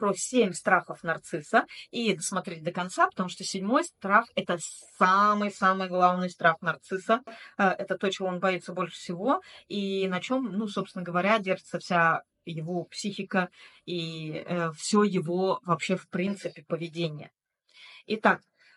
про 7 страхов нарцисса и досмотреть до конца, потому что 7-й страх – это самый-самый главный страх нарцисса. Это то, чего он боится больше всего, и на чем, ну, собственно говоря, держится вся его психика и все его вообще, в принципе, поведение. Итак,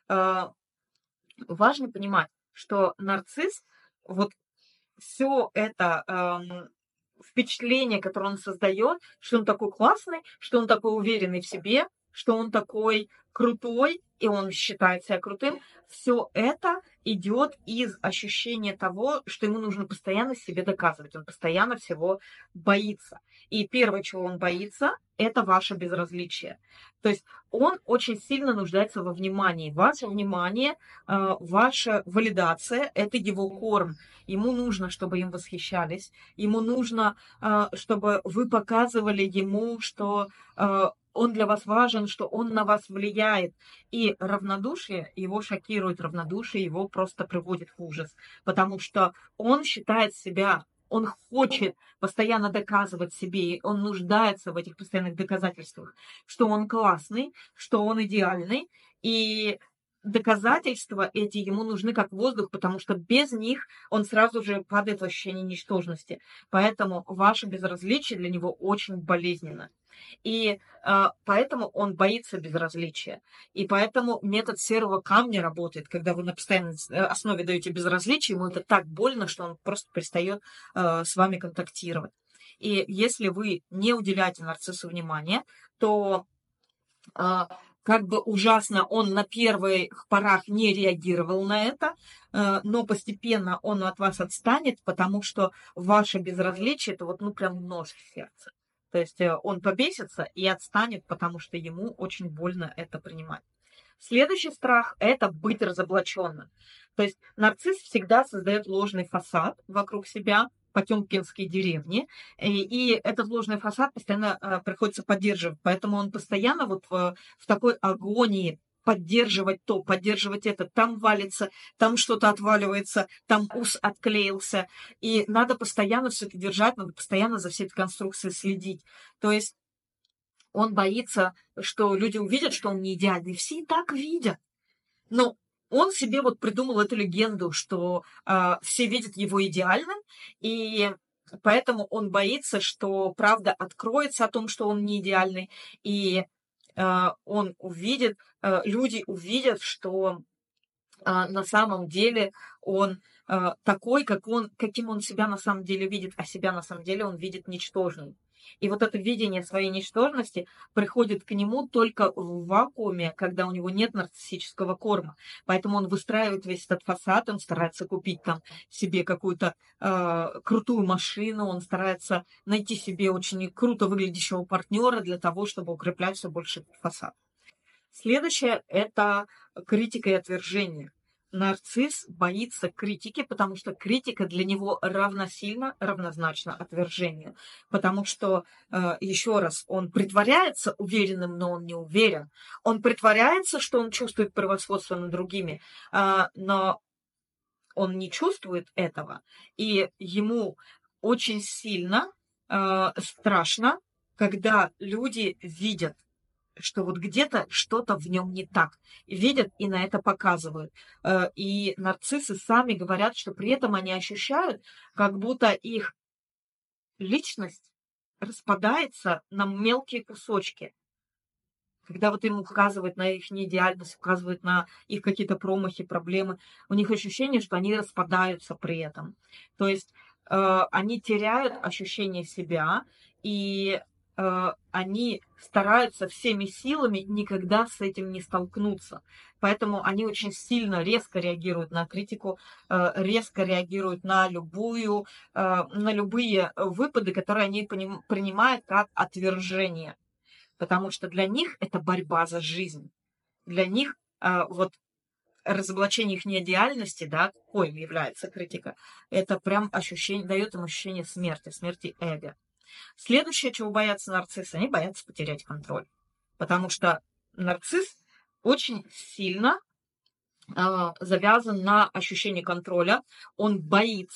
важно понимать, что нарцисс, вот все это впечатление, которое он создает, что он такой классный, что он такой уверенный в себе, что он такой крутой, и он считает себя крутым, все это идет из ощущения того, что ему нужно постоянно себе доказывать. Он постоянно всего боится. И первое, чего он боится, это ваше безразличие. То есть он очень сильно нуждается во внимании. Ваше внимание, ваша валидация – это его корм. Ему нужно, чтобы им восхищались. Ему нужно, чтобы вы показывали ему, что он для вас важен, что он на вас влияет. И равнодушие его шокирует, равнодушие его просто приводит в ужас. Потому что он считает себя, он хочет постоянно доказывать себе, и он нуждается в этих постоянных доказательствах, что он классный, что он идеальный. И доказательства эти ему нужны как воздух, потому что без них он сразу же падает в ощущение ничтожности. Поэтому ваше безразличие для него очень болезненно. И поэтому он боится безразличия. И поэтому метод серого камня работает, когда вы на постоянной основе даете безразличие, ему это так больно, что он просто перестает с вами контактировать. И если вы не уделяете нарциссу внимания, то как бы ужасно он на первых порах не реагировал на это, но постепенно он от вас отстанет, потому что ваше безразличие – это вот, ну, прям нож в сердце. То есть он побесится и отстанет, потому что ему очень больно это принимать. Следующий страх – это быть разоблаченным. То есть нарцисс всегда создает ложный фасад вокруг себя, потемкинские деревни, и этот ложный фасад постоянно приходится поддерживать. Поэтому он постоянно вот в такой агонии поддерживать то, поддерживать это. Там валится, там что-то отваливается, там ус отклеился. И надо постоянно все это держать, надо постоянно за всей этой конструкцией следить. То есть он боится, что люди увидят, что он не идеальный. Все и так видят. Но он себе вот придумал эту легенду, что все видят его идеальным, и поэтому он боится, что правда откроется о том, что он не идеальный, и он увидит, люди увидят, что на самом деле он такой, каким он себя на самом деле видит, а себя на самом деле он видит ничтожным. И вот это видение своей ничтожности приходит к нему только в вакууме, когда у него нет нарциссического корма. Поэтому он выстраивает весь этот фасад, он старается купить там себе какую-то крутую машину, он старается найти себе очень круто выглядящего партнера для того, чтобы укреплять все больше этот фасад. Следующее – это критика и отвержение. Нарцисс боится критики, потому что критика для него равнозначна отвержению. Потому что, еще раз, он притворяется уверенным, но он не уверен. Он притворяется, что он чувствует превосходство над другими, но он не чувствует этого. И ему очень сильно страшно, когда люди видят, что вот где-то что-то в нем не так. Видят и на это показывают. И нарциссы сами говорят, что при этом они ощущают, как будто их личность распадается на мелкие кусочки. Когда вот им указывают на их неидеальность, указывают на их какие-то промахи, проблемы, у них ощущение, что они распадаются при этом. То есть они теряют ощущение себя, и они стараются всеми силами никогда с этим не столкнуться. Поэтому они очень сильно, резко реагируют на критику, резко реагируют на любые выпады, которые они принимают как отвержение. Потому что для них это борьба за жизнь. Для них вот разоблачение их неидеальности, да, коим является критика, это прям ощущение, дает им ощущение смерти эго. Следующее, чего боятся нарциссы, они боятся потерять контроль. Потому что нарцисс очень сильно завязан на ощущении контроля. Он боится,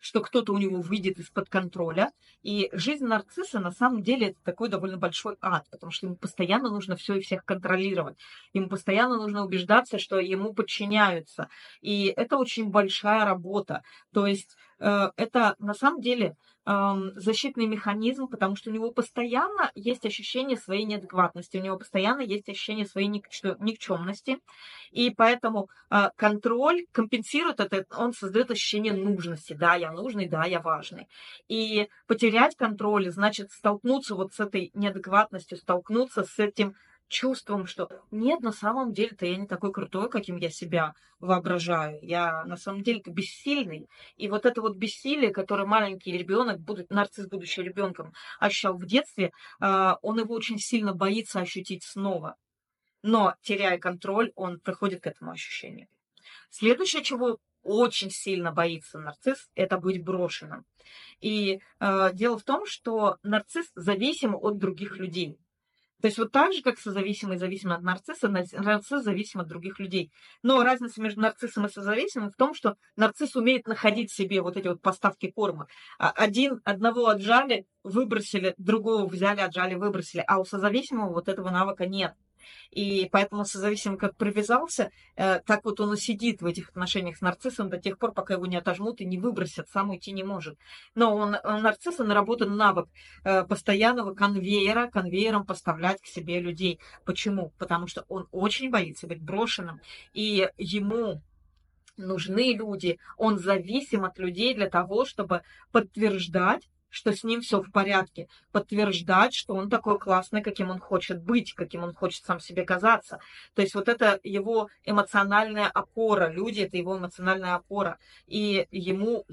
что кто-то у него выйдет из-под контроля. И жизнь нарцисса на самом деле это такой довольно большой ад, потому что ему постоянно нужно все и всех контролировать. Ему постоянно нужно убеждаться, что ему подчиняются. И это очень большая работа. То есть это на самом деле защитный механизм, потому что у него постоянно есть ощущение своей неадекватности, у него постоянно есть ощущение своей никчемности, и поэтому контроль компенсирует это, он создает ощущение нужности. Да, я нужный, да, я важный. И потерять контроль значит столкнуться вот с этой неадекватностью, столкнуться с этим чувством, что нет, на самом деле-то я не такой крутой, каким я себя воображаю. Я на самом деле-то бессильный. И вот это вот бессилие, которое маленький ребенок, нарцисс, будучи ребенком, ощущал в детстве, он его очень сильно боится ощутить снова. Но, теряя контроль, он приходит к этому ощущению. Следующее, чего очень сильно боится нарцисс, это быть брошенным. И дело в том, что нарцисс зависим от других людей. То есть вот так же, как созависимый зависим от нарцисса, нарцисс зависим от других людей. Но разница между нарциссом и созависимым в том, что нарцисс умеет находить в себе вот эти вот поставки корма. Одного отжали, выбросили, другого взяли, отжали, выбросили. А у созависимого вот этого навыка нет. И поэтому созависимый как привязался, так вот он и сидит в этих отношениях с нарциссом до тех пор, пока его не отожмут и не выбросят, сам уйти не может. Но у нарцисса наработан навык постоянного конвейером поставлять к себе людей. Почему? Потому что он очень боится быть брошенным, и ему нужны люди, он зависим от людей для того, чтобы подтверждать, что с ним все в порядке, подтверждать, что он такой классный, каким он хочет быть, каким он хочет сам себе казаться. То есть вот это его эмоциональная опора, люди — это его эмоциональная опора, и ему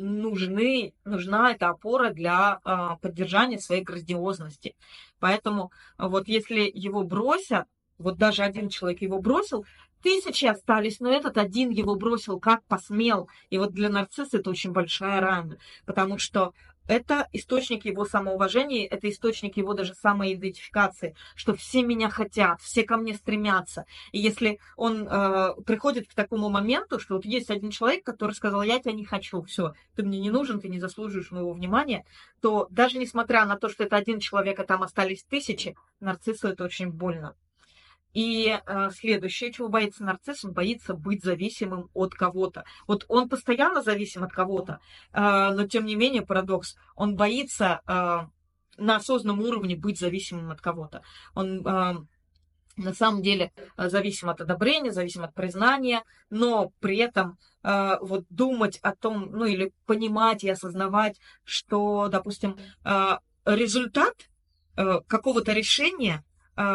нужна эта опора для поддержания своей грандиозности. Поэтому вот если его бросят, вот даже один человек его бросил, тысячи остались, но этот один его бросил, как посмел. И вот для нарцисса это очень большая рана, потому что это источник его самоуважения, это источник его даже самоидентификации, что все меня хотят, все ко мне стремятся. И если он приходит к такому моменту, что вот есть один человек, который сказал: я тебя не хочу, все, ты мне не нужен, ты не заслуживаешь моего внимания, то даже несмотря на то, что это один человек, а там остались тысячи, нарциссу это очень больно. И следующее, чего боится нарцисс, он боится быть зависимым от кого-то. Вот он постоянно зависим от кого-то, но тем не менее, парадокс, он боится на осознанном уровне быть зависимым от кого-то. Он на самом деле зависим от одобрения, зависим от признания, но при этом вот думать о том, ну или понимать и осознавать, что, допустим, результат какого-то решения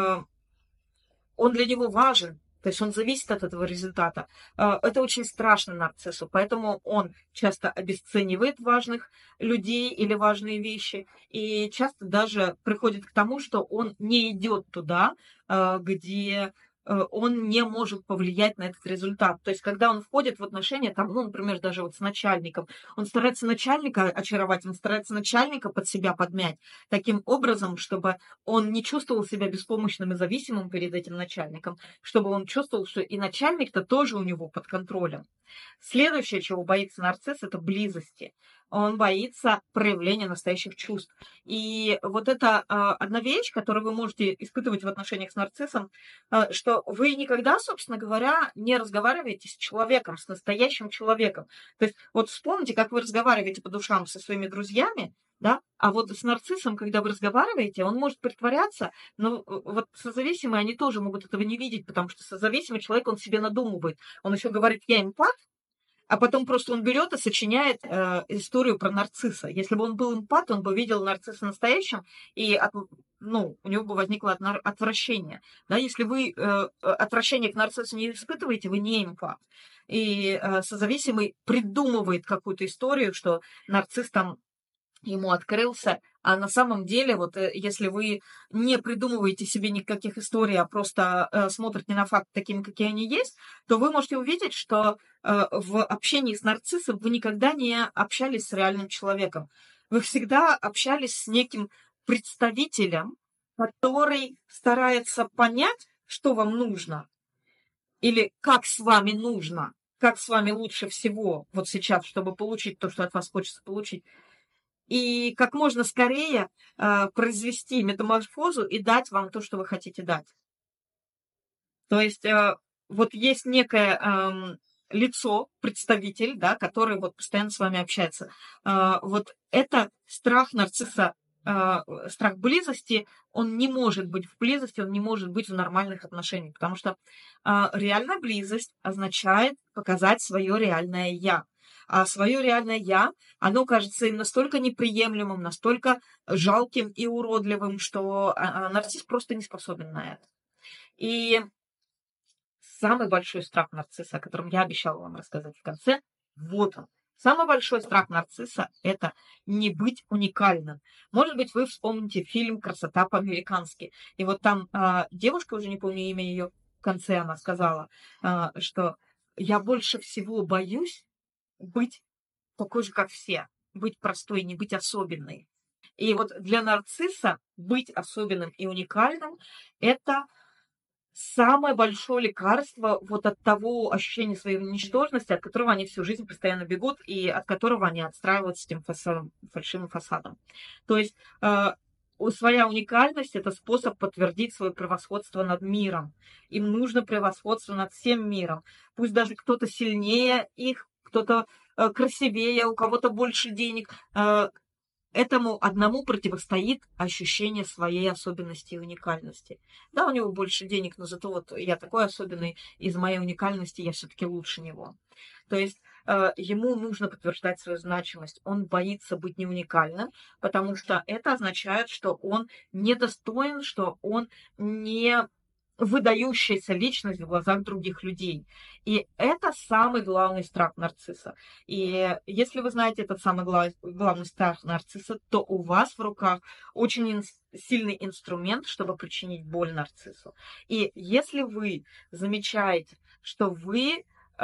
он для него важен, то есть он зависит от этого результата. Это очень страшно нарциссу, поэтому он часто обесценивает важных людей или важные вещи, и часто даже приходит к тому, что он не идет туда, где он не может повлиять на этот результат. То есть, когда он входит в отношения, там, ну, например, даже вот с начальником, он старается начальника очаровать, он старается начальника под себя подмять таким образом, чтобы он не чувствовал себя беспомощным и зависимым перед этим начальником, чтобы он чувствовал, что и начальник-то тоже у него под контролем. Следующее, чего боится нарцисс, это близости. Он боится проявления настоящих чувств. И вот это одна вещь, которую вы можете испытывать в отношениях с нарциссом, что вы никогда, собственно говоря, не разговариваете с человеком, с настоящим человеком. То есть вот вспомните, как вы разговариваете по душам со своими друзьями, да, а вот с нарциссом, когда вы разговариваете, он может притворяться, но вот созависимые, они тоже могут этого не видеть, потому что созависимый человек, он себе надумывает. Он еще говорит: я эмпат, а потом просто он берет и сочиняет историю про нарцисса. Если бы он был эмпат, он бы видел нарцисса настоящим, и у него бы возникло отвращение. Да? Если вы отвращение к нарциссу не испытываете, вы не эмпат. И созависимый придумывает какую-то историю, что нарцисс там ему открылся, а на самом деле, вот если вы не придумываете себе никаких историй, а просто смотрите на факты такими, какие они есть, то вы можете увидеть, что в общении с нарциссом вы никогда не общались с реальным человеком. Вы всегда общались с неким представителем, который старается понять, что вам нужно, или как с вами нужно. как с вами лучше всего вот сейчас, чтобы получить то, что от вас хочется получить, и как можно скорее произвести метаморфозу и дать вам то, что вы хотите дать. То есть вот есть некое лицо, представитель, да, который вот постоянно с вами общается. Вот это страх нарцисса, страх близости, он не может быть в близости, он не может быть в нормальных отношениях, потому что реальная близость означает показать свое реальное «я». А свое реальное «я», оно кажется им настолько неприемлемым, настолько жалким и уродливым, что нарцисс просто не способен на это. И самый большой страх нарцисса, о котором я обещала вам рассказать в конце, вот он. Самый большой страх нарцисса – это не быть уникальным. Может быть, вы вспомните фильм «Красота по-американски». И вот там девушка, уже не помню имя ее, в конце она сказала, что «я больше всего боюсь быть такой же, как все, быть простой, не быть особенной». И вот для нарцисса быть особенным и уникальным – это самое большое лекарство вот от того ощущения своей ничтожности, от которого они всю жизнь постоянно бегут и от которого они отстраиваются этим фасадом, фальшивым фасадом. То есть своя уникальность – это способ подтвердить свое превосходство над миром. Им нужно превосходство над всем миром. Пусть даже кто-то сильнее их, кто-то красивее, у кого-то больше денег. Этому одному противостоит ощущение своей особенности и уникальности. Да, у него больше денег, но зато вот я такой особенный, из моей уникальности я все-таки лучше него. То есть ему нужно подтверждать свою значимость. Он боится быть не уникальным, потому что это означает, что он недостоин, что он не выдающаяся личность в глазах других людей. И это самый главный страх нарцисса. И если вы знаете этот самый главный страх нарцисса, то у вас в руках очень сильный инструмент, чтобы причинить боль нарциссу. И если вы замечаете, что вы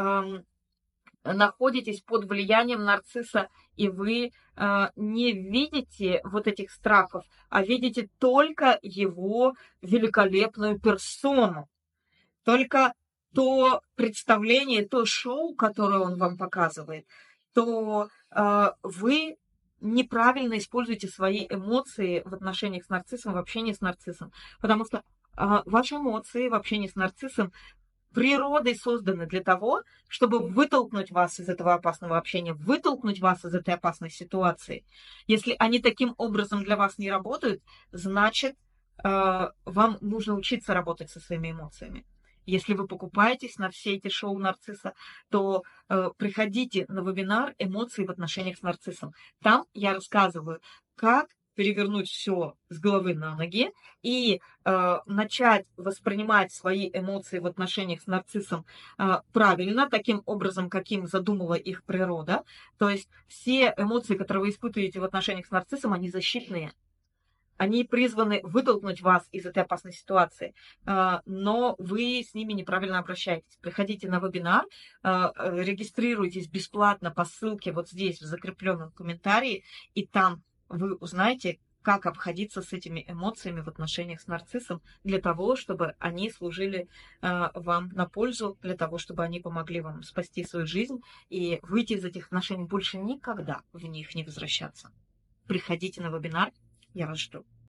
находитесь под влиянием нарцисса, и вы не видите вот этих страхов, а видите только его великолепную персону, только то представление, то шоу, которое он вам показывает, то вы неправильно используете свои эмоции в отношениях с нарциссом, в общении с нарциссом, потому что ваши эмоции в общении с нарциссом природой созданы для того, чтобы вытолкнуть вас из этого опасного общения, вытолкнуть вас из этой опасной ситуации. Если они таким образом для вас не работают, значит, вам нужно учиться работать со своими эмоциями. Если вы покупаетесь на все эти шоу нарцисса, то приходите на вебинар «Эмоции в отношениях с нарциссом». Там я рассказываю, как перевернуть все с головы на ноги и начать воспринимать свои эмоции в отношениях с нарциссом правильно, таким образом, каким задумала их природа. То есть все эмоции, которые вы испытываете в отношениях с нарциссом, они защитные. Они призваны вытолкнуть вас из этой опасной ситуации, но вы с ними неправильно обращаетесь. Приходите на вебинар, регистрируйтесь бесплатно по ссылке вот здесь, в закрепленном комментарии, и там вы узнаете, как обходиться с этими эмоциями в отношениях с нарциссом для того, чтобы они служили вам на пользу, для того, чтобы они помогли вам спасти свою жизнь и выйти из этих отношений, больше никогда в них не возвращаться. Приходите на вебинар, я вас жду.